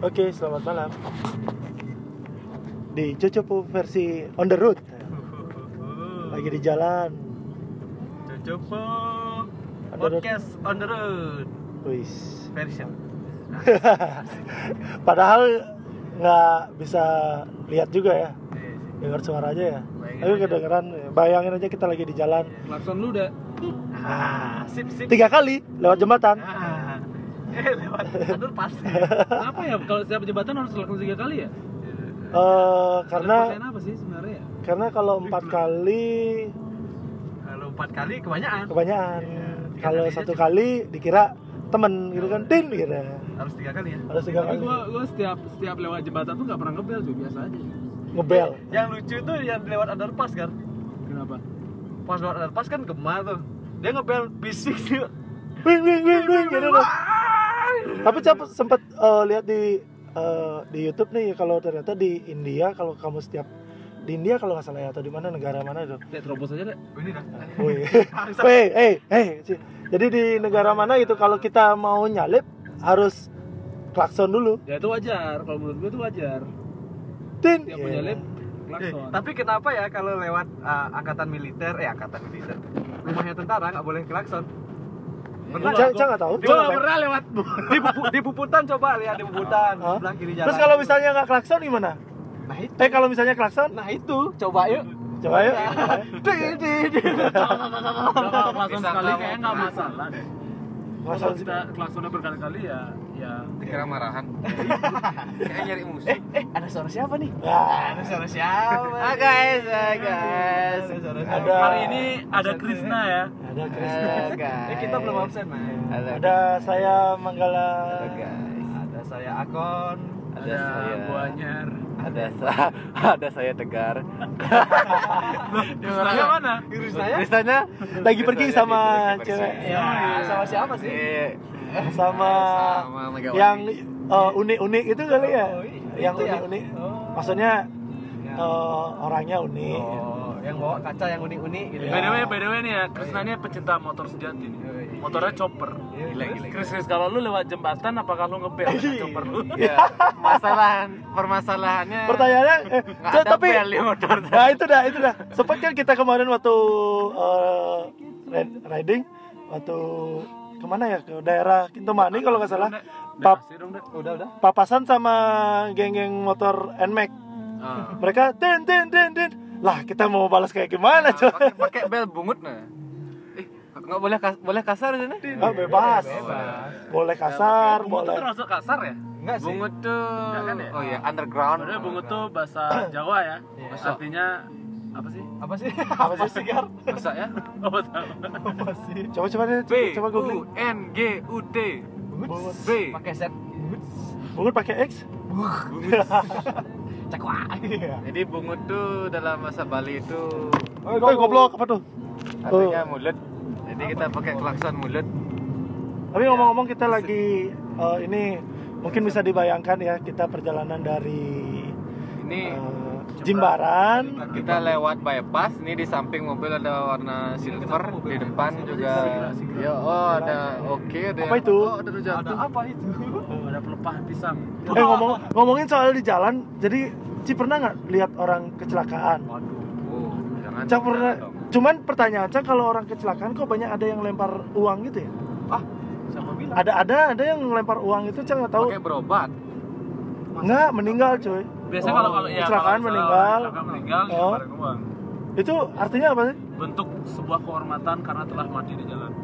Oke, selamat malam. Di Cocopo versi on the road. Lagi di jalan. Cocopo On the road. podcast on the road Wis. version. Padahal nggak bisa lihat juga ya. Dengar suara aja ya. Bayangin Tapi aja. kedengeran. Bayangin aja kita lagi di jalan. Klakson lu udah Sip. 3 kali lewat jembatan. Lewat underpass. apa ya kalau setiap jembatan harus klakson 3 kali ya? Karena Kepercayaan apa sih sebenarnya ya? karena kalau 4 kali Kalau 4 kali kebanyakan. kebanyakan. Iya. Kalau Tiga kali 1 aja kali dikira temen gitu kan, tin gitu. Harus 3 kali ya. Harus 3 Tapi kali gua setiap lewat jembatan tuh nggak pernah ngebel tuh, biasa aja. ngebel. Yang lucu tuh yang lewat underpass kan. Kenapa? Pas lewat underpass kan gemar tuh. Dia ngebel bisik sih. Wing gitu loh. Tapi sempat lihat di YouTube nih, kalau ternyata di India, kalau kamu setiap di India kalau nggak salah ya, atau di mana, negara mana itu? Lihat terobos aja deh. Ini dah. Woi, jadi di negara mana gitu kalau kita mau nyalip harus klakson dulu. Ya itu wajar, kalau menurut gua itu wajar. Tin. Tiap menyalip klakson. Tapi kenapa ya kalau lewat angkatan militer, rumahnya tentara nggak boleh klakson? Pernah Cang nggak tahu. Gua nggak pernah lewat. di Puputan, coba lihat di Puputan Hah? sebelah kiri jalan. Terus kalau misalnya nggak klakson gimana? nah itu Kalau misalnya klakson, coba yuk. coba yuk. Kalau klakson sekali kayaknya nggak masalah deh. Kalau Klakson kita klaksonnya berkali-kali ya Dikira marahan. Kayak nyari musuh. Ada suara siapa nih? Nah, Ada suara siapa? Guys. Ada- hari ini ada Krisna ya. ada Krisna. Kita belum absen, man. Ada saya Manggala. Ada saya Akon. Ada Buanyar. Ada saya Tegar. Krisnanya mana? Krisnanya? Kristanya Lagi pergi sama cewek. Ya, sama siapa sih? Sama Megawati. yang unik-unik itu kali ya. Oh, iya. Yang Itu ya? unik-unik. Oh. Maksudnya Ya. orangnya unik. Oh, yang bawa kaca yang unik-unik gitu. By the way nih ya, Krisna ini pecinta motor sejati nih. Motornya chopper. Gila. Kris, kalau lu lewat jembatan apakah lu ngebel dengan chopper lu? Ya, permasalahannya Pertanyaannya nggak ada tapi bel di motor. nah itu dah. Sempat kan kita kemarin waktu riding waktu kemana ya, ke daerah Kintamani kalau nggak salah, Udah. papasan sama geng-geng motor NMAX. Mereka tin. Lah kita mau balas kayak gimana coba? Pakai bel bungut nah. Nggak boleh kasar di sini. Bebas. Boleh kasar, Bungut boleh. tuh termasuk kasar ya? Enggak sih. Bungut tuh Nggak kan ya? oh iya underground. Padahal bungut tuh bahasa Jawa ya. Artinya apa sih? Apa sih? Apa sih Sigar? Masa ya? Apa tahu? Apa sih? Coba deh, coba googling. BUNGUT. Bungut. B. Pakai set. Bungut pakai X? Cakwa. Jadi bungut tuh dalam bahasa Bali itu Goblok apa tuh? artinya mulut. Jadi kita pakai klakson mulut. Tapi ngomong-ngomong kita lagi ini mungkin bisa dibayangkan ya, kita perjalanan dari Ini Jimbaran. kita lewat bypass. Ini di samping mobil ada warna silver, di depan juga. Ya, ada ada Apa itu? ada rujak. Ada apa itu? Oh, ada pelepahan pisang. Ngomongin soal di jalan, jadi Ci pernah nggak lihat orang kecelakaan? Oh, jangan. Cang pernah. dong. Cuman pertanyaan Cang, kalau orang kecelakaan kok banyak ada yang lempar uang gitu ya? Siapa bilang? Ada yang lempar uang itu, Cang nggak tahu. Pakai berobat. Nggak, meninggal cuy. Biasanya kalau ya kecelakaan kalau meninggal. kecelakaan meninggal Oh. dilemparin uang. Itu artinya apa sih? Bentuk sebuah kehormatan karena telah mati di jalan.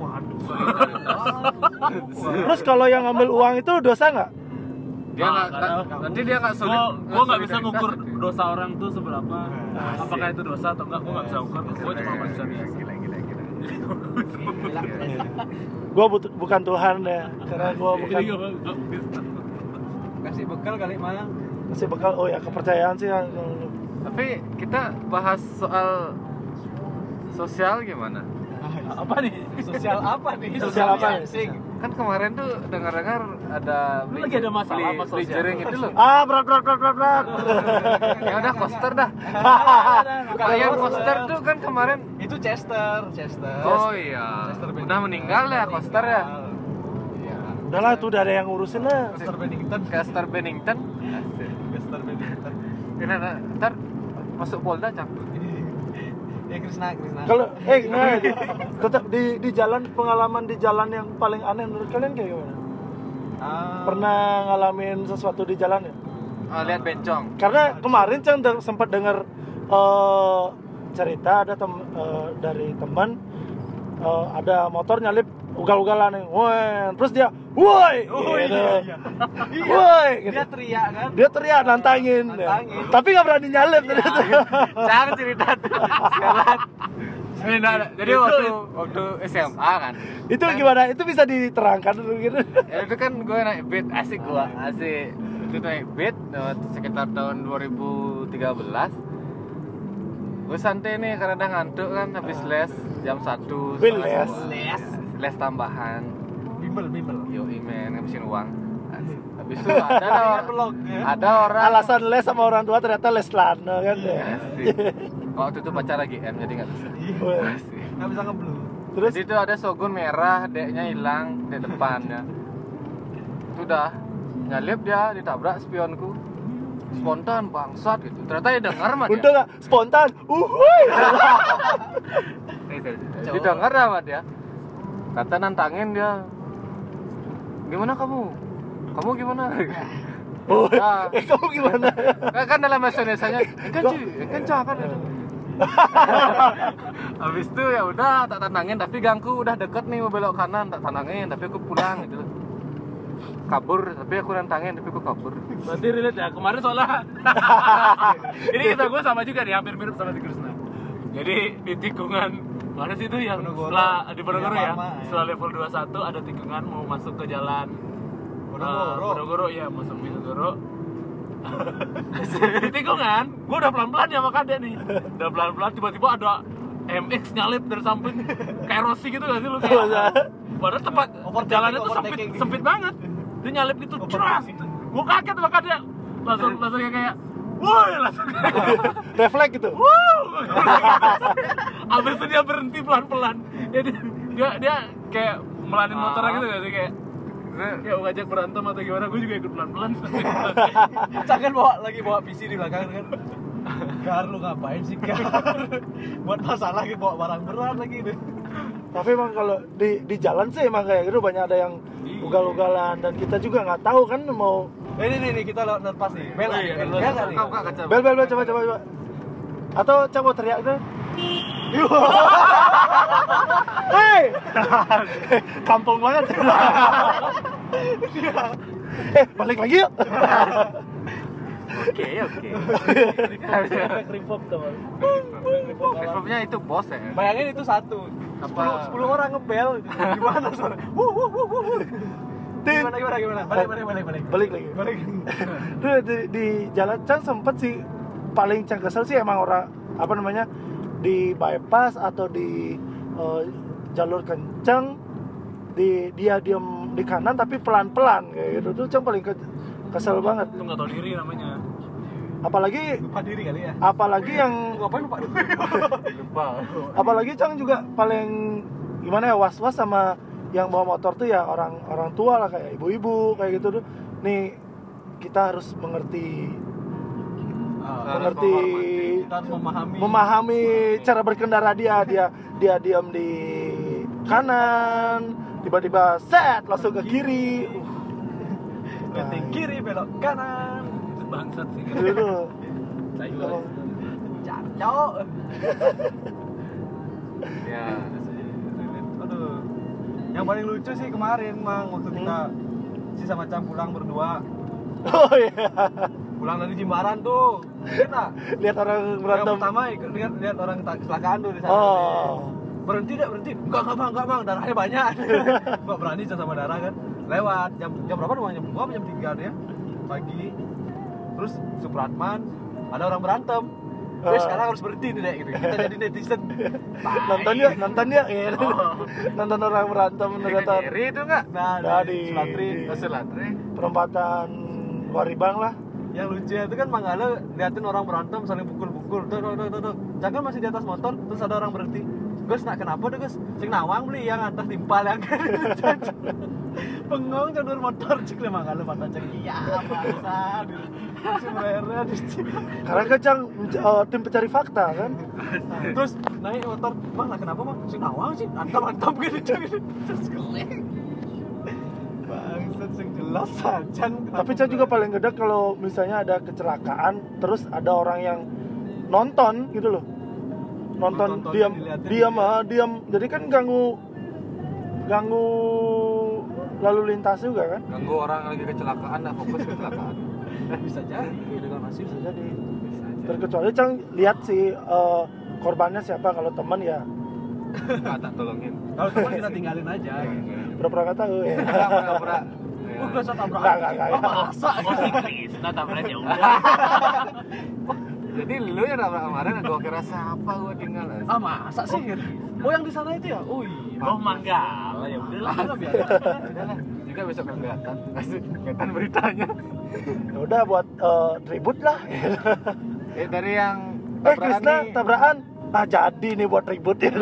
Terus kalau yang ngambil uang itu dosa nggak? Dia nanti dia nggak sulit. Gua nggak bisa ngukur dosa orang tuh seberapa. Apakah itu dosa atau enggak? Gua nggak bisa ukur. Gua cuma manusia biasa. Gue bukan Tuhan ya, karena gue bukan. Jadi gua bisa. Kasih bekal kali mana? Masih bekal. Oh ya, kepercayaan sih yang. Tapi kita bahas soal sosial gimana? Apa nih? Sosial apa nih? Sosial apa? Sing. Kan kemarin tuh dengar-dengar ada Lu lagi ada masalah sama beli sosial? jering itu loh. Berat. Ya udah coaster dah. Bukan Kayak coaster. coaster tuh kan kemarin. Itu Chester. Oh iya. Chester Udah meninggal ya coaster ya. Iya. Udahlah tuh udah ada yang ngurusin lah. Chester Bennington. Chester Bennington. Asik. Chester Bennington. Ini ntar masuk Polda cang. Krisna. Kalau nggak itu. Tetap di jalan, pengalaman di jalan yang paling aneh menurut kalian kayak gimana? Pernah ngalamin sesuatu di jalan ya? Lihat bencong. Karena kemarin Cang sempat dengar cerita ada dari teman ada motor nyalip ugal-ugalan nih, woi, terus dia, woi, gitu. Woi, gitu. Dia teriak kan? Dia teriak nantangin. Tapi nggak berani nyalip ternyata. Jangan cerita tuh. Jadi waktu SMA kan. Itu gimana? Itu bisa diterangkan dulu gitu. Ya itu kan gue naik beat asik. Itu naik beat sekitar tahun 2013. Gue santai nih karena udah ngantuk kan habis les jam 1. Les tambahan. Bimbel. Yo men ngabisin uang. Habis itu ada orang Alasan les sama orang tua ternyata les lana kan ya. Asik. Waktu itu pacar lagi M jadi nggak bisa. Asik. Nggak bisa ngeblu. Terus Jadi itu ada Shogun merah, deknya hilang di depannya. Itu udah nyalip dia ditabrak spionku. Spontan bangsat gitu. Ternyata dia dengar mah dia. udah nggak spontan. Uhuy. Didengar sama dia. Kata nantangin dia. Gimana kamu? Kamu gimana? Oh, Nah. kamu gimana? Kan dalam bahasa Indonesianya, kan kan. Habis itu ya udah tak tantangin tapi gangku udah deket nih mau belok kanan tak tantangin tapi aku pulang gitu. Kabur tapi aku nantangin tapi aku kabur. Berarti relate ya, kemarin soalnya ini kita gue sama juga nih, hampir mirip sama si Krisna. Jadi di tikungan mana sih itu yang setelah di Ponorogo ya, setelah level 21 ada tikungan mau masuk ke jalan Ponorogo ya, masuk Ponorogo. Di tikungan, gue udah pelan-pelan ya sama Kade nih. Udah pelan-pelan tiba-tiba ada MX nyalip dari samping kayak Rossi gitu gak sih lu kayak. Padahal tempat jalannya tuh sempit banget. Dia nyalip gitu, ceras. Gue kaget sama Kade. Langsung kayak woi, langsung Refleks gitu. abis itu dia berhenti pelan-pelan. Ya, dia kayak melanin motornya gitu gak sih kayak ngajak berantem atau gimana, gue juga ikut pelan-pelan. Jangan lagi bawa PC di belakang kan. Gar lu ngapain sih Gar? Buat masalah lagi bawa barang berat lagi deh. Tapi emang kalau di jalan sih emang kayak gitu banyak ada yang ugal-ugalan dan kita juga nggak tahu kan mau. Ini kita lewat pas nih. Bel nggak nih? Bel coba. Atau coba teriak tuh. Hei, kampung banget. Balik lagi yuk. Oke. Reverb tuh. Reverbnya itu bos ya. Bayangin itu satu. 10 orang ngebel. Gimana suara? Gimana? Balik lagi. Tuh di jalan Cang sempet sih paling Cang kesel sih emang orang apa namanya di bypass atau di jalur kencang dia diem di kanan tapi pelan-pelan kayak gitu tuh Cang paling kesel banget. Itu nggak tahu diri namanya. Apalagi Lupa diri kali ya. Apalagi yang Ngapain lupa diri? apalagi Cang juga paling gimana ya was-was sama yang bawa motor tuh ya orang tua lah kayak ibu-ibu kayak gitu tuh. Nih kita harus mengerti Kita harus memahami cara berkendara dia diam di kanan tiba-tiba set langsung ke kiri Ganting kiri belok kanan. Itu bangsat sih. gitu. Cacok. Ya. Aduh. Yang paling lucu sih kemarin Mang waktu kita si sama Cam pulang berdua. Oh iya. Pulang dari Jimbaran tuh. Lihat orang berantem. Yang pertama lihat orang kecelakaan tuh di sana. Oh. Berhenti. Enggak bang, darahnya banyak. Enggak berani sama darah kan. Lewat jam berapa tuh? Jam 2 jam 3 dia pagi. Terus Supratman ada orang berantem. Sekarang harus berhenti nih deh gitu. Kita jadi netizen. Nonton ya. Nonton orang berantem ternyata. Kiri itu enggak? Nah, di Selatri. Perempatan Waribang lah. Yang lucu itu kan Manggala liatin orang berantem saling pukul-pukul. Tuh. Jangan masih di atas motor terus ada orang berhenti. Gus nak kenapa tuh Gus? Cing nawang beli yang atas timpal yang bengong jalur motor cik lemah kalau mata cek iya bangsa sebenarnya Karena kan Cang tim pencari fakta kan. terus naik motor bang nah kenapa bang cing nawang sih mantap gitu terus keleng bangsa cing jelas aja. Tapi Cang juga paling gede kalau misalnya ada kecelakaan terus ada orang yang nonton gitu loh. Nonton diam. Jadi kan ganggu lalu lintas juga kan. Ganggu orang lagi kecelakaan, nggak fokus kecelakaan. bisa jadi dengan masih Bisa jadi. Terkecuali Cang lihat sih korbannya siapa. Kalau teman ya Tak tolongin. kalau teman kita tinggalin aja gitu. pura-pura nggak tahu ya. Pura-pura. Udah saya tabrak Nggak. masa Oh si Krisna tabrak ya udah. Jadi lu yang nabrak kemarin, gua kira siapa gua tinggal. masa sih oh yang di sana itu ya oh iya Oh Manggala ya udahlah. Udahlah, juga besok kan kelihatan beritanya. Ya udah buat ribut lah. Dari yang Krisna nih. tabrakan. Jadi nih buat ribut ya.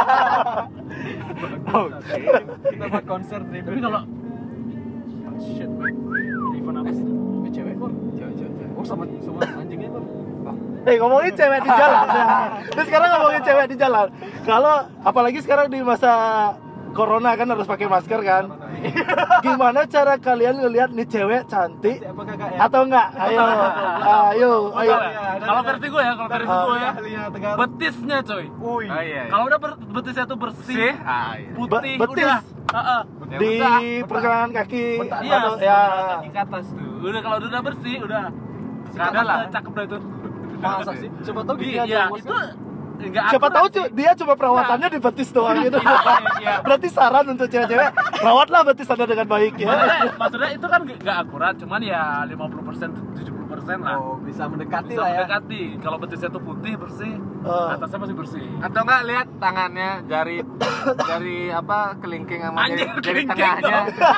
kita buat konser nih Tapi kalau shit event apa sih ini cewek kok Cewek. oh sama anjingnya kok Ngomongin cewek di jalan. Terus sekarang ngomongin cewek di jalan. Kalau apalagi sekarang di masa corona kan harus pakai masker kan. Gimana cara kalian ngelihat nih cewek cantik apa kakak ya atau enggak? Ayo. kalau versi gue ya, ahlinya Tegar betisnya coy. Wih. Iya. Kalau udah betisnya tuh bersih, Iya. putih, Betis. udah. Di pergelangan kaki Iya, atau ya. kaki ke atas tuh. Udah kalau udah bersih, udah. Ada lah. Cakep dah itu. masa sih coba tahu dia Iya, ada itu enggak Siapa tahu dia cuma perawatannya di betis doang gitu. Iya. Berarti saran untuk cewek-cewek, rawatlah betis Anda dengan baik ya. Maksudnya itu kan enggak akurat, cuman ya 50% 70% lah. oh bisa mendekati Bisa lah ya mendekati. Kalau betisnya tuh putih, bersih, atasnya masih bersih. Atau enggak lihat tangannya jari apa kelingking sama Anjing, jari kelingking tengahnya.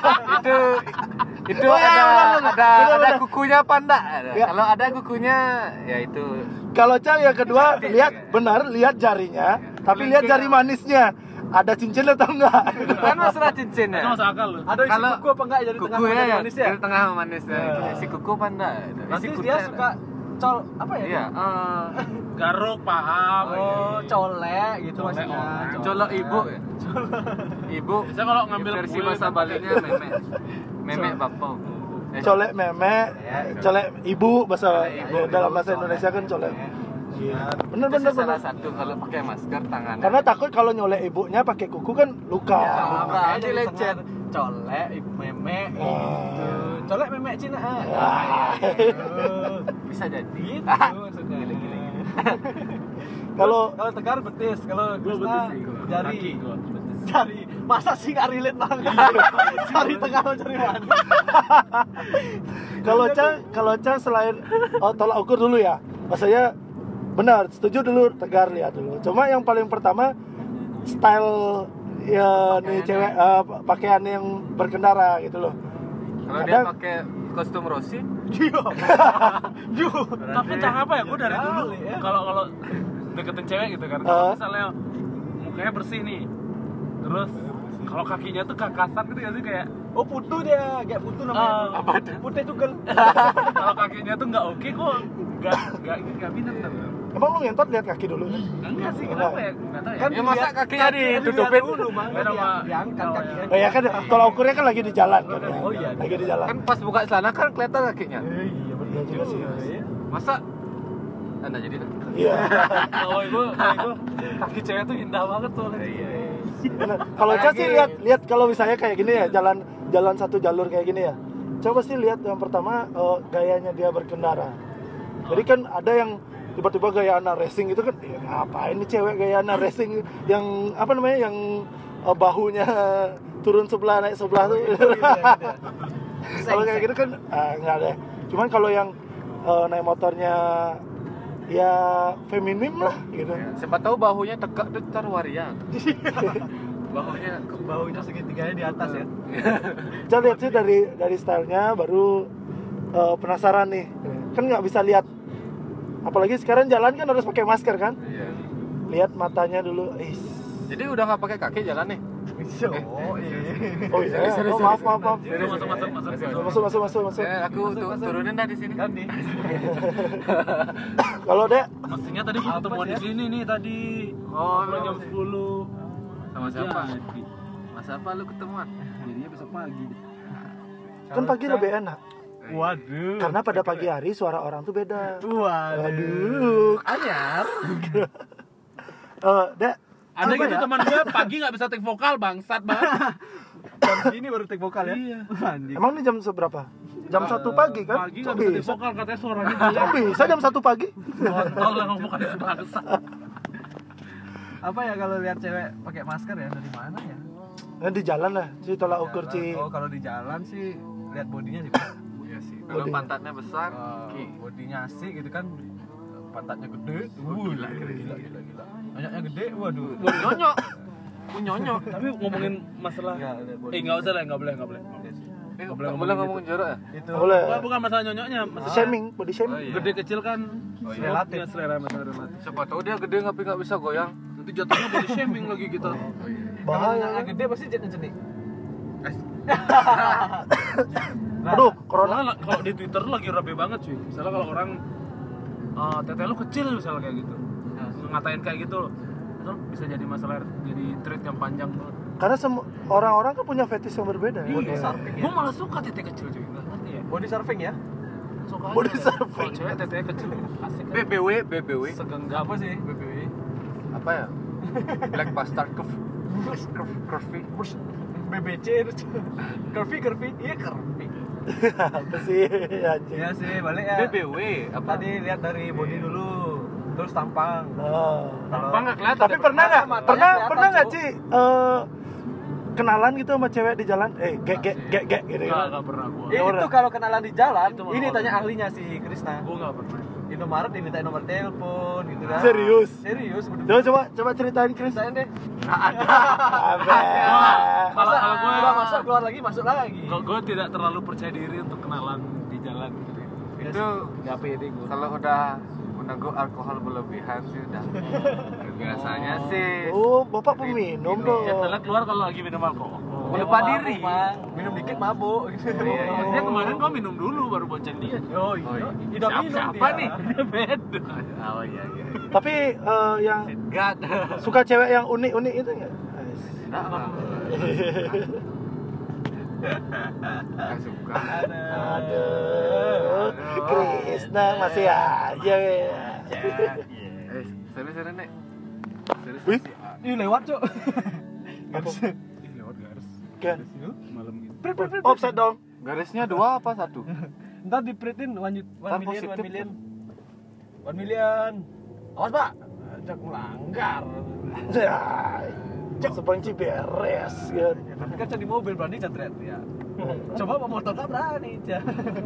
Itu Oh, iya, benar. ada kukunya apa enggak? Ya. Kalau ada kukunya ya itu Kalau Cang yang kedua lihat jarinya, tapi lihat jari manisnya. Ada cincin atau enggak? kan masalah cincin Itu ya. masuk akal loh. ada isi Kalau kuku apa enggak jadi tengah Kukunya ya, manis ya dari tengah sama manis ya. Isi kuku apa enggak? nanti Isi dia suka col apa ya Iya, Garuk paham. oh colek gitu Colek, maksudnya colok ibu ya. Ibu Biasanya kalau ngambil versi kulit bahasa kan Balinya memek bapau. Colek meme, colek ibu bahasa Ibu. dalam bahasa Indonesia kan colek. Iya. Bener. Itu sih salah satu kalau pakai masker tangannya. Karena takut kalau nyolek ibunya pakai kuku kan luka. ya, bukan. makanya Ini di lecet. tengah colek ibu memek Oh. gitu colek memek Cina Bisa jadi. gitu maksudnya Kalau kalau Tegar betis kalau Gua Krisna betis sih, gua. jari Kaki gua betis. jari masa sih nggak relate banget jari tengah sama jari mana kalau Cang selain tolak ukur dulu ya. Maksudnya benar, setuju dulu Tegar lihat dulu. Cuma yang paling pertama style ya nih cewek pakaian yang berkendara gitu loh. Kalau dia Kadang- pakai kostum Rossi, Tapi entah apa ya, gue dari dulu Kali, ya. kalau deketin cewek gitu kan, kalau Ah. misalnya mukanya bersih nih, terus kalau kakinya tuh kakasan gitu ya sih kayak oh putu dia kayak putu namanya apa putih juga kalau kakinya tuh nggak oke, gue nggak minat kan. Emang lu ngentot lihat kaki dulu? Enggak sih, kenapa ya? Nggak tahu ya. kan Ya, masa dilihat- kakinya dilihat ditutupin? dulu bang Beda sama- diangkat oh, kakinya Oh ya kan tolak ukurnya kan lagi di jalan kan ya. Oh, iya. Lagi di jalan. kan pas buka celana kan kelihatan kakinya. iya benar Iya juga sih. Masa Anda jadi Iya. Kalau gue kaki cewek tuh indah banget soalnya. Bener. Kalau Cang sih lihat kalau misalnya kayak gini ya, jalan satu jalur kayak gini ya. Coba sih lihat yang pertama gayanya dia berkendara. Jadi kan ada yang tiba-tiba gaya anak racing itu kan ya, ngapain nih cewek gaya anak racing yang apa namanya yang bahunya turun sebelah naik sebelah tuh. Kalau kayak gitu kan nggak deh. Cuman kalau yang naik motornya ya feminim lah gitu. siapa tahu bahunya tegak tuh ntar waria. Bahunya baunya segitiganya di atas ya Saya lihat sih dari stylenya baru penasaran nih. Kan nggak bisa lihat. Apalagi sekarang jalan kan harus pakai masker kan. Iya. Lihat matanya dulu. Jadi udah nggak pakai kaki jalan nih. Oh iya. Oh iya, oh, maaf. Masuk. Aku turunin dah di sini. Kan nih. Kalau Dek, Mestinya tadi gua ketemuan di sini nih tadi. Oh, Mulai jam 10. Sama siapa? Jadi. Mas apa lu ketemuan? Jadinya besok pagi. kan pagi lebih enak. Waduh. Karena pada pagi hari suara orang tuh beda. Waduh. Anyar. Dek, Ada gitu teman gue pagi nggak bisa take vokal bangsat banget. Jam segini baru take vokal ya? Iya. Anjing. emang ini jam seberapa? Jam 1 pagi kan? Pagi nggak bisa take vokal katanya suaranya jelek. Kok bisa jam 1 pagi? Kontol yang ngomong kayak bangsat. Apa ya kalau lihat cewek pakai masker ya dari mana ya? Di jalan lah, si tolak ukur Jalan. Ci. Oh, kalau di jalan sih lihat bodinya sih, Pak. Iya sih. Kalau Bodi. pantatnya besar, Bodinya asik gitu kan. Pantatnya gede. Gila. Banyaknya gede, waduh. nyonyok. Nyonyok. Tapi ngomongin masalah nggak usah lah, nggak boleh. Nggak boleh ngomong jorok ya? Itu. Boleh. Bukan masalah nyonyoknya, masalah Shaming, body shaming. Oh, iya. gede kecil kan Relatif. punya selera masalah relatif. Siapa tahu dia gede tapi nggak bisa goyang. Nanti jatuhnya body shaming lagi kita. Kalau Bahaya. yang gede pasti jetnya cenik. Aduh, corona. Soalnya kalau di Twitter lagi rame banget cuy. Misalnya kalau orang tete lu kecil misalnya kayak gitu. Ngatain kayak gitu loh. Itu bisa jadi masalah, jadi thread yang panjang banget. Karena orang-orang kan punya fetish yang berbeda. Body surfing ya. Gue malah suka tete kecil cuy. Nggak ngerti ya. Body surfing ya? Suka Body aja. surfing. Kalau cewek tete kecil asik kan. BBW. Segenggam. Apa sih BBW? Apa ya? Black bastard curve. Curvy. BBC itu. Curvy. Iya curvy. Apa sih anjing? Iya sih, balik ya. BBW. Apa? Tadi lihat dari body dulu, terus tampang. Oh. Tampang nggak kelihatan. Tapi pernah nggak? matanya Pernah kelihatan, nggak Cuk. Ci? Kenalan gitu sama cewek di jalan? Gek gitu. Nggak pernah gua. Itu kalau kenalan di jalan, Itu mah ini orang. tanya ahlinya si Krisna. Gua nggak pernah. Indomaret dimintain nomor telepon gitu kan. Serius? Serius bener. Coba ceritain Chris. Ceritain deh. Abe. Kalau gue udah masuk keluar lagi. Kalau gue tidak terlalu percaya diri untuk kenalan di jalan gitu. Itu Nggak pede gue. kalau udah meneguk alkohol berlebihan sih udah. Biasanya sih. Oh, Bapak peminum tuh. Setelah keluar kalau lagi minum alkohol. Lupa diri. Minum dikit mabuk gitu. Maksudnya kemarin gue minum dulu baru bonceng dia. Oh iya. Udah minum Siapa dia. nih? Dia beda. Oh iya. Tapi yang God. suka cewek yang unik-unik itu enggak? Nggak suka. Aduh. Krisna masih aja. Serius nek. Serius. Wih, Ih lewat, Cuk. Lewat garis kan. malam gitu. Offset dong. Garisnya 2 apa 1? Ntar dipritin 1 Ntar million, 1 positif million. 1 million. Awas, Pak. Ajak melanggar. Ya, sepanci beres kan. Tapi kan di mobil berani jatret ya. Coba bawa motor kan berani, Cak.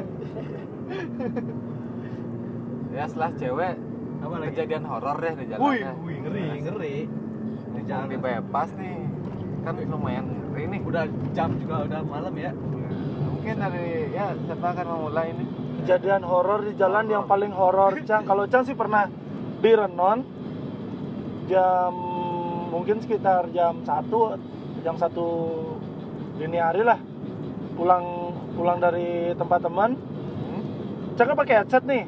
Ya setelah cewek Apa lagi? kejadian horor deh di jalan. Wih, ngeri. Di jalan. Di bypass nih. Kan lumayan ngeri nih. Udah jam juga udah malam ya. Mungkin dari ya siapa akan memulai ini? Kejadian horor di jalan yang paling horor, Cang. Kalau Cang sih pernah di Renon jam mungkin sekitar jam 1 dini hari lah. Pulang dari tempat teman. Cang kan pakai headset nih.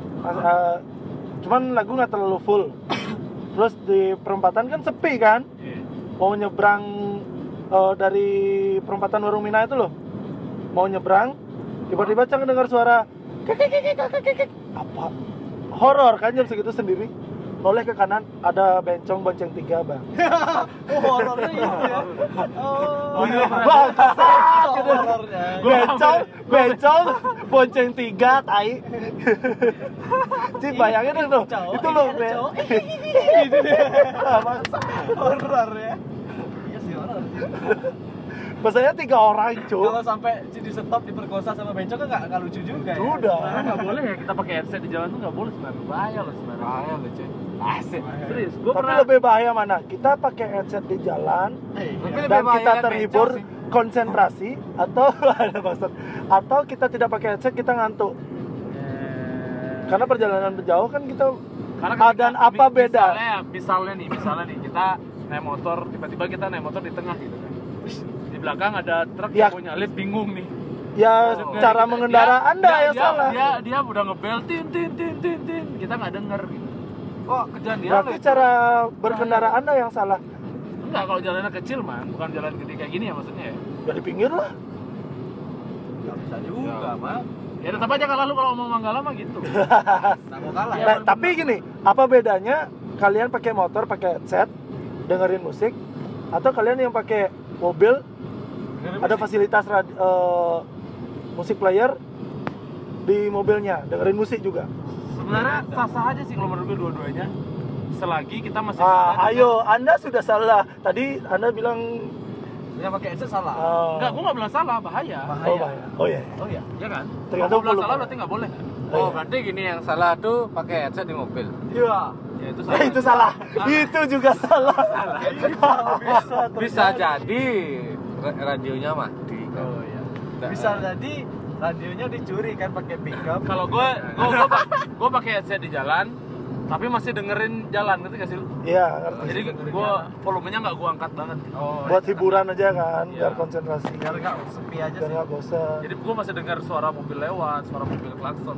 Cuman lagu nggak terlalu full. Terus di perempatan kan sepi kan? Mau nyebrang dari perempatan Warung Mina itu loh. Mau nyebrang, tiba-tiba Cang dengar suara kek. Apa? Horor kan jam segitu sendiri. Noleh ke kanan, ada bencong bonceng 3, Bang. Oh, horornya itu ya. Oh, iya. Bangsat gitu. horornya. Bencong bonceng 3, tai. Cik bayangin tuh. Itu loh, Ben. Gitu dia. Bangsat. Horor ya. Iya sih horor. Pesannya 3 orang, Cuk. Kalau sampai di stop diperkosa sama bencong kan nggak lucu juga ya. Udah. Nggak boleh ya kita pakai headset di jalan tuh nggak boleh sebenarnya. Bahaya loh sebenarnya. Bahaya loh cuy. Asik. Serius, gue Tapi pernah. lebih bahaya mana? Kita pakai headset di jalan Tapi lebih dan bahaya kita kan terhibur, bencong sih. konsentrasi, atau ada maksud, atau kita tidak pakai headset kita ngantuk. Karena perjalanan jauh kan kita Karena dan apa beda? Misalnya nih kita naik motor, tiba-tiba kita naik motor di tengah gitu kan. Di belakang ada truk Ya. yang mau nyalip, bingung nih. Ya Maksudnya cara kita- mengendara Anda yang dia, salah. Dia udah ngebel tin, kita nggak denger gitu. Oh, kejadian Berarti lo itu. cara berkendara Anda yang salah. Enggak, kalau jalannya kecil man, bukan jalan gede kayak gini ya maksudnya ya. Ya di pinggir lah. Nggak bisa juga, Mak. Ya tetap aja kalau lu kalau mau Manggala mah gitu. Nggak mau kalah. Iya, Nah, tapi gini, apa bedanya kalian pakai motor, pakai headset, dengerin musik, atau kalian yang pakai mobil ada fasilitas musik player di mobilnya, dengerin musik juga. Sebenarnya sah-sah aja sih kalau menurut gue dua-duanya. Selagi kita masih bisa Ayo, Anda sudah salah. Tadi Anda bilang Yang pakai headset salah. Enggak, gue nggak bilang salah, bahaya. Oh, bahaya. Oh iya. Oh iya. Iya kan? Tergantung Kalau bilang volume. salah berarti nggak boleh kan? Oh, berarti gini yang salah tuh pakai headset di mobil. Iya. Ya itu Ya, itu salah. Itu juga salah. Bisa jadi radionya mati. Oh iya. Nggak- Bisa jadi radionya dicuri kan pakai pickup. Kalau gue pakai headset di jalan, tapi masih dengerin jalan, ngerti gak sih lu? Iya, ngerti. Jadi gue volumenya nggak gue angkat banget. Oh, Buat hiburan aja kan, Iya. biar konsentrasi. biar nggak sepi aja Biar sih. nggak bosan. Jadi gue masih dengar suara mobil lewat, suara mobil klakson.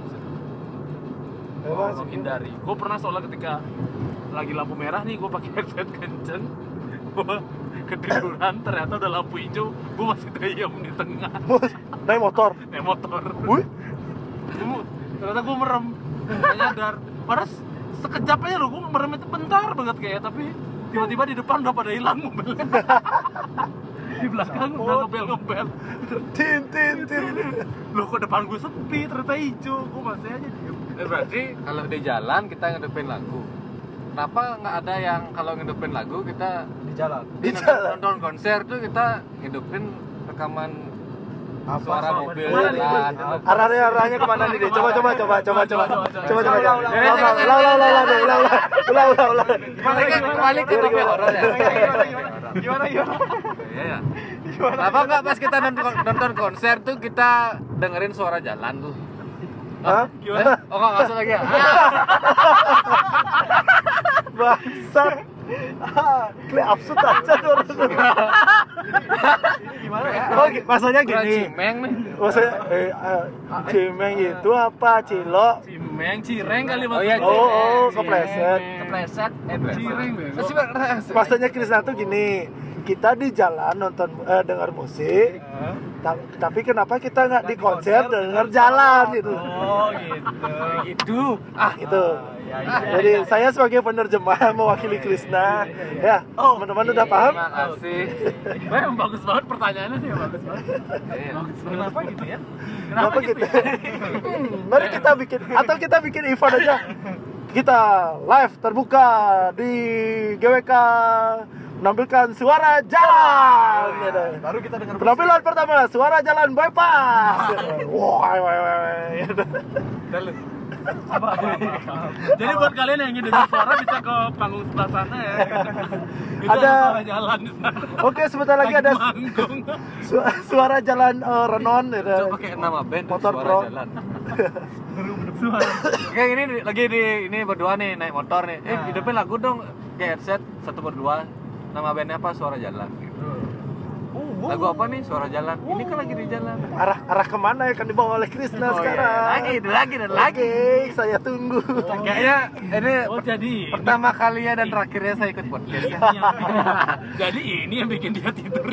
Memang Gue sih. hindari. Gue pernah soalnya ketika lagi lampu merah nih, gue pakai headset kenceng, gue ketiduran, ternyata udah lampu hijau, gue masih diam di tengah Naik motor. naik motor. Wih, Ternyata gue merem, nggak nyadar. Padahal sekejap aja loh, gue merem itu bentar banget kayak, tapi tiba-tiba di depan udah pada hilang mobilnya. Di belakang udah ngebel-ngebel. tin. Loh kok depan gue sepi, ternyata hijau, gue masih aja diem. Berarti kalau di jalan kita ngedepin lagu. Kenapa nggak ada yang kalau ngedepin lagu kita Di jalan. Di jalan. nonton konser tuh kita ngedepin rekaman suara Apa? mobil Kemana nih? jalan. Arahnya kemana nih? Coba. Coba. Ulang. Balik ke topik horor ya. Gimana? Iya ya. Kenapa nggak pas kita nonton konser tuh kita dengerin suara jalan tuh? Hah? Oh nggak masuk lagi ya? Bangsat. Kli absurd aja tuh. Gimana ya? Oh, maksudnya Kurang gini. cimeng nih. Maksudnya cimeng itu apa? Cilok. Cimeng, cireng kali Oh iya, maksudnya. Oh, kepleset. Kepleset. Cireng bego. Masih Maksudnya Krisna tuh gini, kita di jalan nonton dengar musik, tapi kenapa kita nggak di konser dengar jalan gitu? Oh gitu. Itu. Ya. Jadi saya sebagai penerjemah mewakili Krisna, ya. Teman-teman udah paham? Terima kasih. Wah, bagus banget pertanyaannya sih, bagus banget. Iya. Bagus banget. Kenapa gitu ya? Kenapa gitu ya? Mari kita bikin event aja. Kita live terbuka di GWK menampilkan suara jalan. Gitu. Baru kita dengar Penampilan pertama, suara jalan bypass. Wah. Gitu. Jadi buat kalian yang ingin dengar suara bisa ke panggung sebelah sana ya. Itu Ada- suara jalan di sana. Oke, sebentar lagi ada manggung. suara jalan Renon. Gitu. Coba pakai nama band tuh, Motor suara Pro. jalan. Suara. Oke, ini lagi ini berdua nih naik motor nih. Hidupin lagu dong kayak headset satu berdua. Nama bandnya apa? Suara Jalan. Lagu apa nih? Suara Jalan. Ini kan lagi di jalan. Arah kemana ya kan dibawa oleh Krisna sekarang? Lagi dan Oke, saya tunggu. Kayaknya ini Oh jadi pertama kalinya dan terakhirnya saya ikut podcast ya. jadi ini yang bikin dia tidur.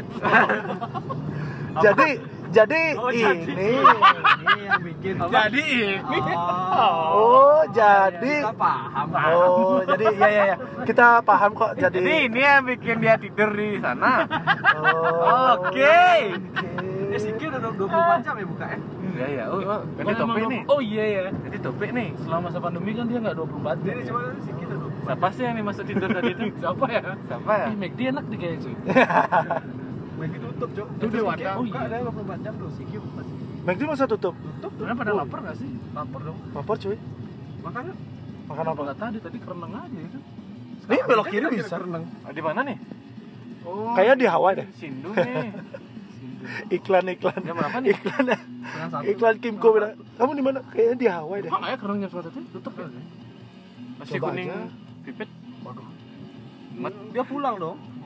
Jadi Oh, ini. Ini yang bikin. Jadi ini. Oh, jadi. Kita paham. Oh, jadi ya. Kita paham kok. Jadi Jadi. ini yang bikin dia tidur di sana. Oh, Oke. Ini Siki udah 24 jam ya buka ya? Iya ya. Oh, ini Emang topik emang- nih. Oh iya ya. Jadi topik nih. Selama masa pandemi kan dia nggak 24 jam. Ini cuma Siki udah 24. Siapa sih yang dimaksud tidur tadi itu? Siapa ya? Siapa ya? Ih, McD enak nih kayaknya cuy. Begitu tutup, Cok. Tutup Siki. ada. Oh iya, ada 24 jam tuh Siki buka. McD masa tutup? Tutup. Sebenarnya pada lapar nggak sih? Lapar dong. Lapar cuy. Makanya Makan apa? Nggak tadi kereneng aja ya kan. Nih belok kiri bisa. Di mana nih? Oh. Kayak di Hawaii deh. Sindu nih. Iklan. Jam berapa nih? Iklan Kimco beda. Kamu di mana? Kayaknya di Hawaii deh. Bukan nggak ya kereneng jam 1 itu? Tutup ya? Masih Coba kuning aja. pipit. dia pulang dong.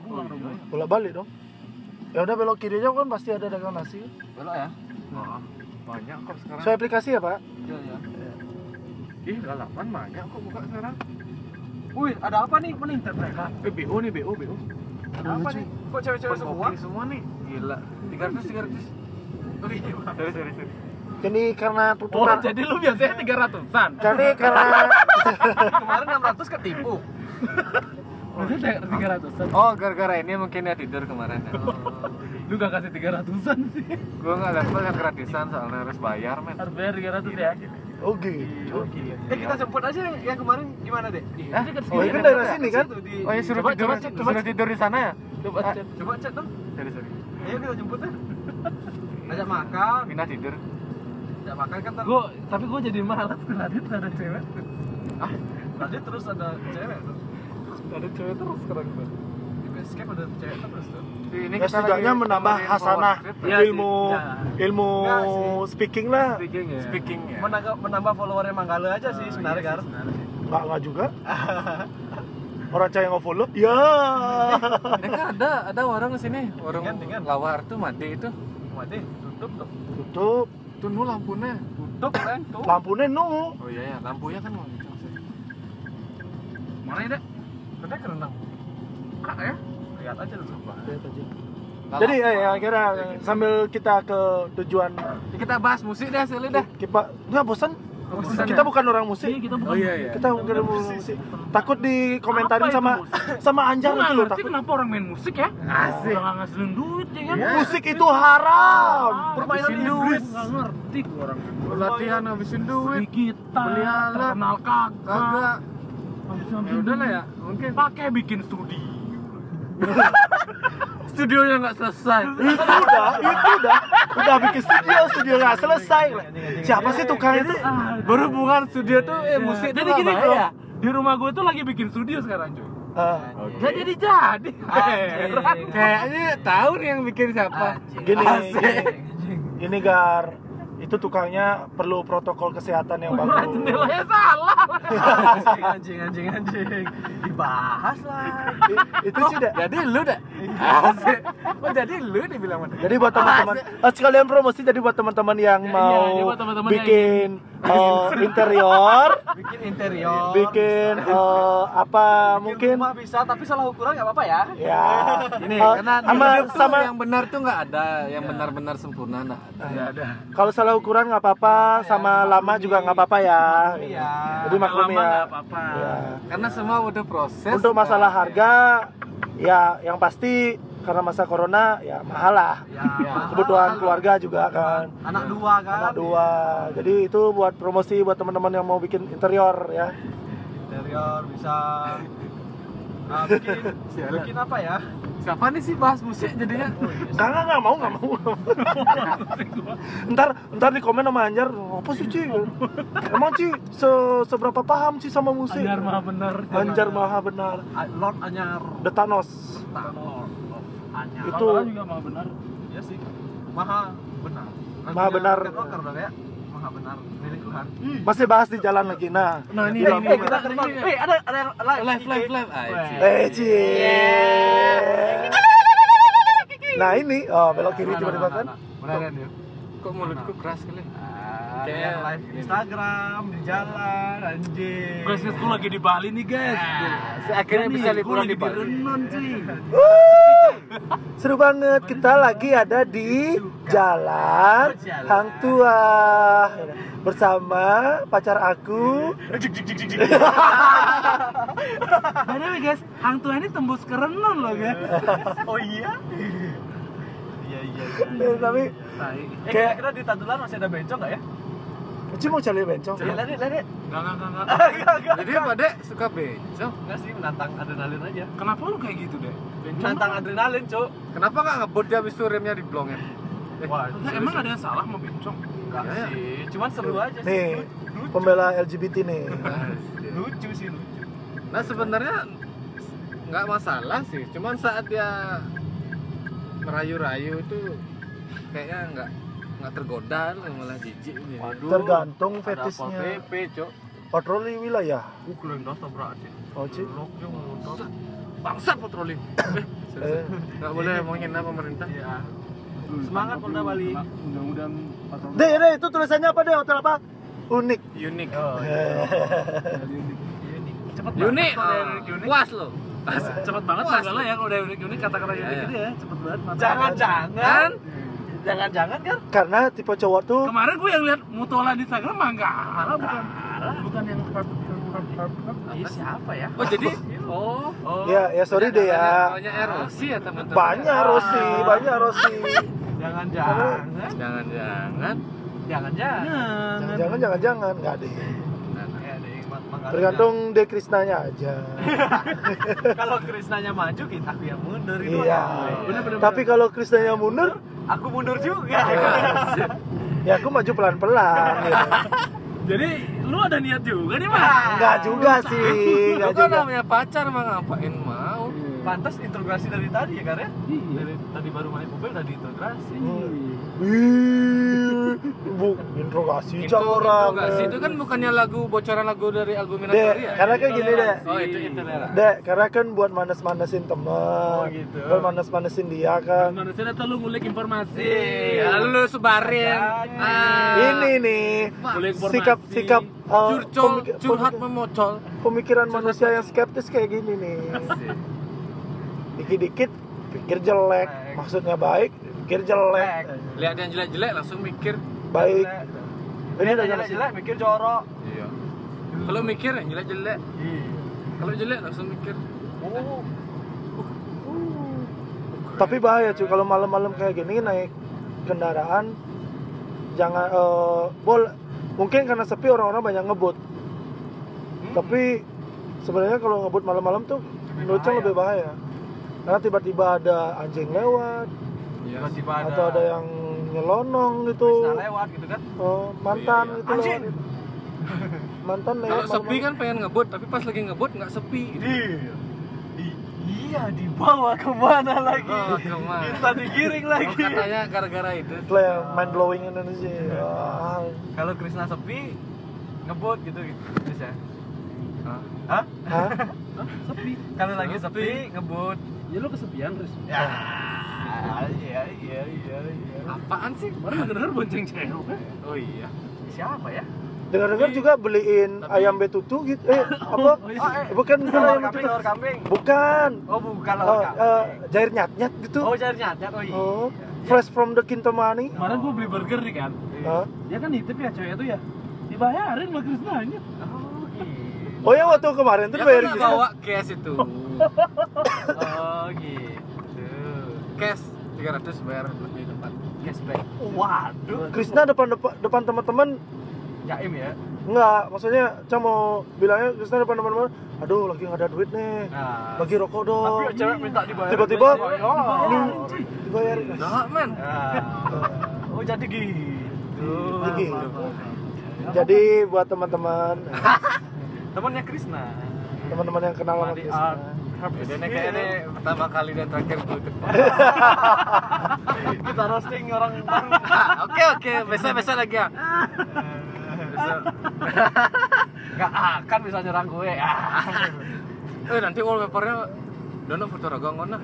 pulang dong. Bolak balik dong. Ya udah belok kiri aja kan pasti ada dagang nasi. Belok ya. Banyak kok sekarang. Saya aplikasi ya Pak. Iya ya. Ih, lalapan banyak kok buka sekarang. Wih, ada apa nih? Melintas mereka. BO nih, BO. Ada apa nih? Kok cewek-cewek semua? Booking semua nih. Gila. 300. Sorry. Jadi karena Oh, tutupan. jadi lu biasanya 300-an. Jadi karena Kemarin 600 ketipu. Maksudnya 300-an. Oh, gara-gara ini mungkin ya tidur kemarin ya. Lu gak kasih 300-an sih. Gua nggak level yang gratisan soalnya harus bayar, men. Harus bayar 300 ya. oh gitu. Kita jemput aja yang kemarin gimana deh? Hah? Oh, ini kan daerah sini kan? Oh ya suruh Coba- tidur, coba cek, coba suruh cek. tidur di sana ya? Coba chat. Coba chat dong. Sorry. Ayo kita jemput ya. Ajak makan. Pindah tidur. Ajak makan kan ntar. Tapi gue jadi malas Radit ada cewek. Tadi terus ada cewek tuh. Ada cewek terus sekarang tuh. Di base camp ada cewek terus tuh. Ini Ya setidaknya menambah hasanah Iya sih, ilmu ya. ilmu Enggak sih. speaking lah. Speaking ya. speaking ya. Menambah followernya Manggala aja sih sebenarnya kan. Enggak juga. Orang cewek yang follow. Ya. Ini kan ada warung di sini, warung Dengan. lawar tuh mati itu. Mati, tutup tuh. Tutup. Tuh nu lampunya. Tutup kan tuh. Lampunya no. Oh iya ya, lampunya kan mau gitu. Mana ya, Dek? Bener kerenang. Kak ya? Lihat aja dulu. Lihat aja. Jadi ya kira sambil kita ke tujuan Kita bahas musik deh, sekali dah. kita nggak bosan. Bosan Kita ya? bukan orang musik. Kita bukan. Oh iya iya. Kita bukan orang musik. Takut dikomentarin Apa itu sama musik? sama Anjar Gue nggak gitu loh. ngerti takut. kenapa orang main musik ya? Asik. Orang ngasilin duit ya kan? Iya. Musik itu haram. Permainan Habisin iblis. Nggak ngerti gua orang. Latihan habisin duit. Beli gitar, Beli alat. terkenal kagak. Kagak. Habis-habisin Ya udah lah duit. ya, mungkin Pakai bikin studi. studionya nggak selesai. itu udah bikin studio nggak selesai. Siapa sih tukang itu? Berhubungan studio tuh musik Jadi tuh gini nggak bro, bahaya. di rumah gue tuh lagi bikin studio sekarang cuy. Eh, Gak jadi. Heran. Kayaknya tahu nih yang bikin siapa. Gini, Asik. Gini Gar, itu tukangnya perlu protokol kesehatan yang Ukuran bagus. jendelanya salah. Anjing. Dibahas lah. Itu sih dah. Jadi lu dah. Asik. Oh jadi lu dibilang mana? Jadi buat teman-teman, sekalian promosi jadi buat teman-teman yang Iya, mau jadi buat teman-teman yang bikin interior, Bikin interior. bikin apa mungkin rumah bisa tapi salah ukuran nggak apa-apa ya. ya Ini eh, karena di sama hidup tuh sama yang benar tuh nggak ada, yang benar-benar sempurna nggak ada. kalau salah ukuran nggak apa-apa, sama lama juga nggak apa-apa ya. Iya. Jadi maklum Lama ya. nggak apa-apa. Ya. Karena semua udah proses. Untuk masalah harga, ya yang pasti karena masa corona ya mahal lah. Ya. Kebutuhan keluarga juga kan. Anak dua kan. Anak dua. Jadi itu buat promosi buat teman-teman yang mau bikin interior ya. Interior bisa. Nah, bikin apa ya? Siapa nih sih bahas musik jadinya? Nggak mau. ntar di komen sama Anjar, apa sih Ci? Emang Ci seberapa paham sih sama musik? Anjar maha benar. Anjar maha benar. Lord Anyar. The Thanos. Lord Anyar. Itu juga maha benar. Ya sih. Maha benar. Maha benar. Rocker dong ya. Maha benar. Milik Tuhan. masih bahas di jalan lagi. Nah, Ini Kita ke depan. Ada yang live. live. Ci. Nah ini, belok kiri tiba-tiba kan? Beneran ya. Kok mulutku keras kali? Kayak yang live Instagram di jalan anjing. Guys, gue lagi di Bali nih guys. Akhirnya bisa liburan di Bali. Renon cuy. Seru banget, kita lagi ada di Jalan Hang Tuah bersama pacar aku. By the way guys, Hang Tuah ini tembus ke Renon loh guys. Oh iya. Iya. Tapi kayak Kira-kira di Tadulan masih ada bencong nggak ya? Ci mau cari bencong. Lari. Enggak. Jadi Pak Dek suka bencong? Enggak sih, menantang adrenalin aja. Kenapa lu kayak gitu deh? Menantang adrenalin, Cuk. Kenapa nggak ngebut dia habis itu remnya diblongin? Wah, Nah, emang ada yang salah sama bencong? enggak Ya. sih. Cuman seru aja sih. Nih, pembela LGBT nih. Lucu sih, lucu. Nah sebenarnya nggak masalah sih, cuman saat dia merayu-rayu itu kayaknya nggak tergoda, malah jijik gitu. Tergantung Ada fetishnya. PP, Cuk. Patroli wilayah. Keren dah tabrak sih. Oh, Ci. Blok yang motor. Bangsat patroli. Nggak boleh menghina pemerintah. Iya. Semangat Polda Bali. Mudah-mudahan patroli Deh, itu tulisannya apa deh? Hotel apa? Unik. Unik. Oh, Cepet Unik. banget kalau udah unik. Puas lo. Cepet banget tanggalnya ya kalau udah unik kata-kata unik Iya. gitu ya, cepet banget. Jangan-jangan. Jangan-jangan kan? Karena tipe cowok tuh Kemarin gue yang lihat mutualan di Instagram mah enggak ada, bukan yang Iya, siapa ya? Oh jadi, oh, ya sorry deh ya. Banyak erosi ya teman-teman. Banyak Rosi. Jangan-jangan. Jangan-jangan. Jangan-jangan. Jangan nggak deh. Ya, deh, Mang Tergantung De Krisnanya aja. Kalau Krisnanya maju, aku yang mundur itu. Iya. Bener. Tapi kalau Krisnanya mundur, Aku mundur juga. ya aku maju pelan-pelan. Gitu. Jadi lu ada niat juga nih mah. Enggak juga sih, Lu enggak kan juga. namanya pacar mah ngapain mau? Pantas interogasi dari tadi ya, Kar ya? Iya. Dari tadi baru main mobil udah diinterogasi. Wih, interogasi cak orang. Interogasi itu kan bukannya lagu bocoran lagu dari album Dek, Minatoria ya? karena kayak gini deh. Oh itu Interera. Dek, karena kan buat manes-manesin temen, Oh, gitu. buat manes-manesin dia kan. Manusia atau lu ngulik informasi. Ya, lu sebarin. Ini nih, Ngulik informasi. sikap curcol, curhat memocol. pemikiran manusia yang skeptis kayak gini nih. Dikit-dikit pikir jelek, maksudnya baik, pikir jelek, Lihat yang jelek-jelek langsung mikir. baik. Ini Ini udah udah jelek mikir jorok. Iya. Kalau mikir yang jelek-jelek. Kalau jelek langsung mikir. Oh. Tapi bahaya cuy kalau malam-malam kayak gini naik kendaraan jangan mungkin karena sepi orang-orang banyak ngebut. Tapi sebenarnya kalau ngebut malam-malam tuh menurut saya lebih bahaya. Karena tiba-tiba ada anjing lewat Iya. Tiba-tiba atau ada yang nyelonong gitu. Krisna lewat gitu kan. Mantan Iya. gitu Anjing. lewat. Mantan lewat Kalau sepi malam-malam. kan pengen ngebut, tapi pas lagi ngebut nggak sepi. Iya, dibawa kemana lagi? Oh, kemana? Kita digiring lagi. Oh, katanya gara-gara itu. Itu yang mind blowing Indonesia. Wah. Kalau Krisna sepi, ngebut gitu bisa. Hah? Hah? Hah? Sepi. Kalau lagi sepi, ngebut. Ya lu kesepian, Riz. Ya. Iya. Apaan sih? Kemarin denger bonceng cewek. Oh iya. Siapa ya? Dengar-dengar juga beliin ayam betutu gitu. Apa? Bukan ayam betutu. Lawar kambing. Bukan. Oh, bukan lawar kambing. Jair nyat-nyat gitu. Oh, cari nyat. Oh iya. Oh, fresh from the Kintamani. Kemarin gua beli burger nih kan. Hah? Dia kan nitip ya cewek itu ya. Dibayarin sama Krisnanya. Oh, gitu. Oh ya waktu kemarin tuh Ya bayar kan gitu. bawa cash itu. Oh, gitu. Cash 300 bayar lebih tepat. Cashback. Waduh. Krisna depan teman-teman Jaim ya. enggak, maksudnya Cang mau bilangnya Krisna depan teman-teman, aduh lagi nggak ada duit nih, Nah. lagi rokok dong. Tapi cewek minta dibayar. Tiba-tiba, dibayarin. dibayarin. Nah, men. Oh, jadi gitu. Jadi Jadi buat teman-teman, Temannya Krisna. teman-teman yang kenal sama Madi Krisna, Art. Ini kayaknya pertama kali dan terakhir gue ikut. Kita roasting orang baru. Oke, besok lagi ya. Besok. Gak akan bisa nyerang gue. Nanti wallpapernya Dono foto ragang mana?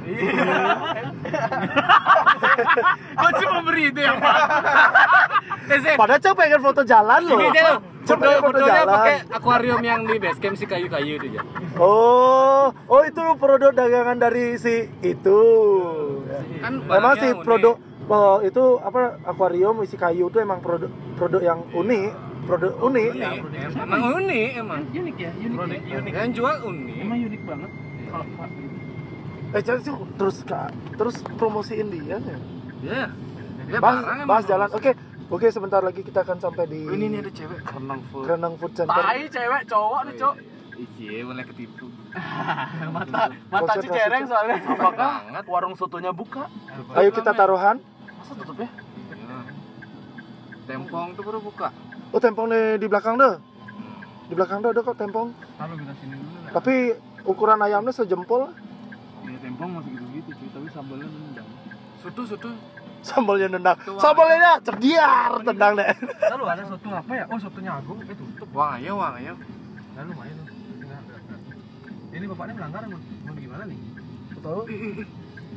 Gua cuma beri itu yang padahal Cang pengen foto jalan loh. Ini dia loh. Cang pengen foto Fotonya jalan. pakai akuarium yang di base camp si kayu-kayu itu ya. Oh itu produk dagangan dari si itu. Kan Memang barangnya sih unik. produk itu apa akuarium isi kayu itu emang produk yang unik, produk unik. Emang unik emang. unik ya, unik ya. Unik. Yang jual unik. Emang unik banget. Kalau Jadi terus promosiin dia ya. Ya. Dia Bahas barang emang. jalan. Oke, sebentar lagi kita akan sampai di Oh, ini ada cewek Renang Food Center. Tai cewek cowok nih, Cok. Iya, mulai ketipu. Mata Konsentrasi, Cicereng Cok. soalnya. apakah Banget. warung sotonya buka? Ayo kita taruhan. Masa tutup ya? Iya. Tempong tuh baru buka. Oh, tempong di belakang deh. Di belakang deh ada kok tempong. Kalau kita sini dulu lah. Tapi ukuran ayamnya sejempol. Ya tempong masih gitu-gitu cuy, tapi sambalnya nendang. Soto. Sambalnya nendang. Sambalnya cerdiar tendang deh. Lalu ada soto apa ya? Oh, sotonya Agung tutup. Wang ayo. Lalu main tuh. Ini bapaknya melanggar mau gimana nih? Tahu?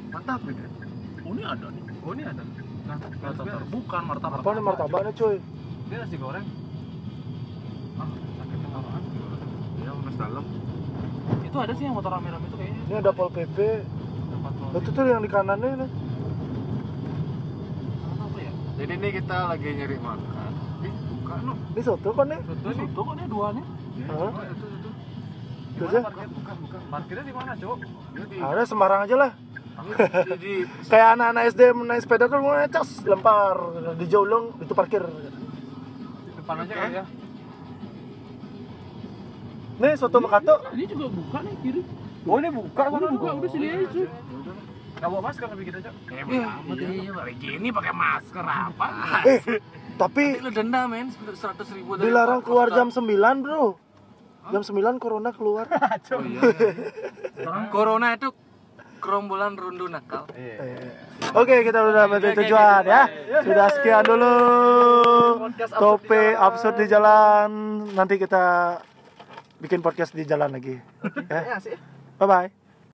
Mantap gitu. Oh ini ada nih. Oh ini ada. Nah, Martabak. Bukan martabak. Apa nih martabaknya cuy? Dia nasi goreng. Ah, sakit tenggorokan. Iya, nasi dalam. Itu ada sih yang motor rame-rame itu kayaknya. Ini ada Pol PP. Tempat lo. Itu tuh yang di kanannya nih. Apa ya? Jadi ini kita lagi nyari makan. Buka no. Ini soto kan nih? Ini tuh kok nih dua nih. Hah? Itu. Itu Gimana aja? parkir? Bukan. Parkirnya di mana, Cok? Ada Semarang aja lah. Di Kayak anak-anak SD naik sepeda kan mau cas lempar di jolong itu parkir. Depan aja kali ya. Nih soto Makato. Ini juga buka nih kiri. Oh, ini buka Udah buka, udah sini aja cuy. Enggak bawa masker tapi kita, Cok. Iya, balik gini pakai masker apa? Tapi lu denda men 100.000 dari dilarang Pak keluar Costa. jam 9 bro. Jam 9 corona keluar. Oh, iya. Corona itu gerombolan rundu nakal. Oke, kita udah sampai tujuan ya. Sudah sekian dulu. Topik absurd di jalan. Nanti kita bikin podcast di jalan lagi. Ya, sih. Bye bye.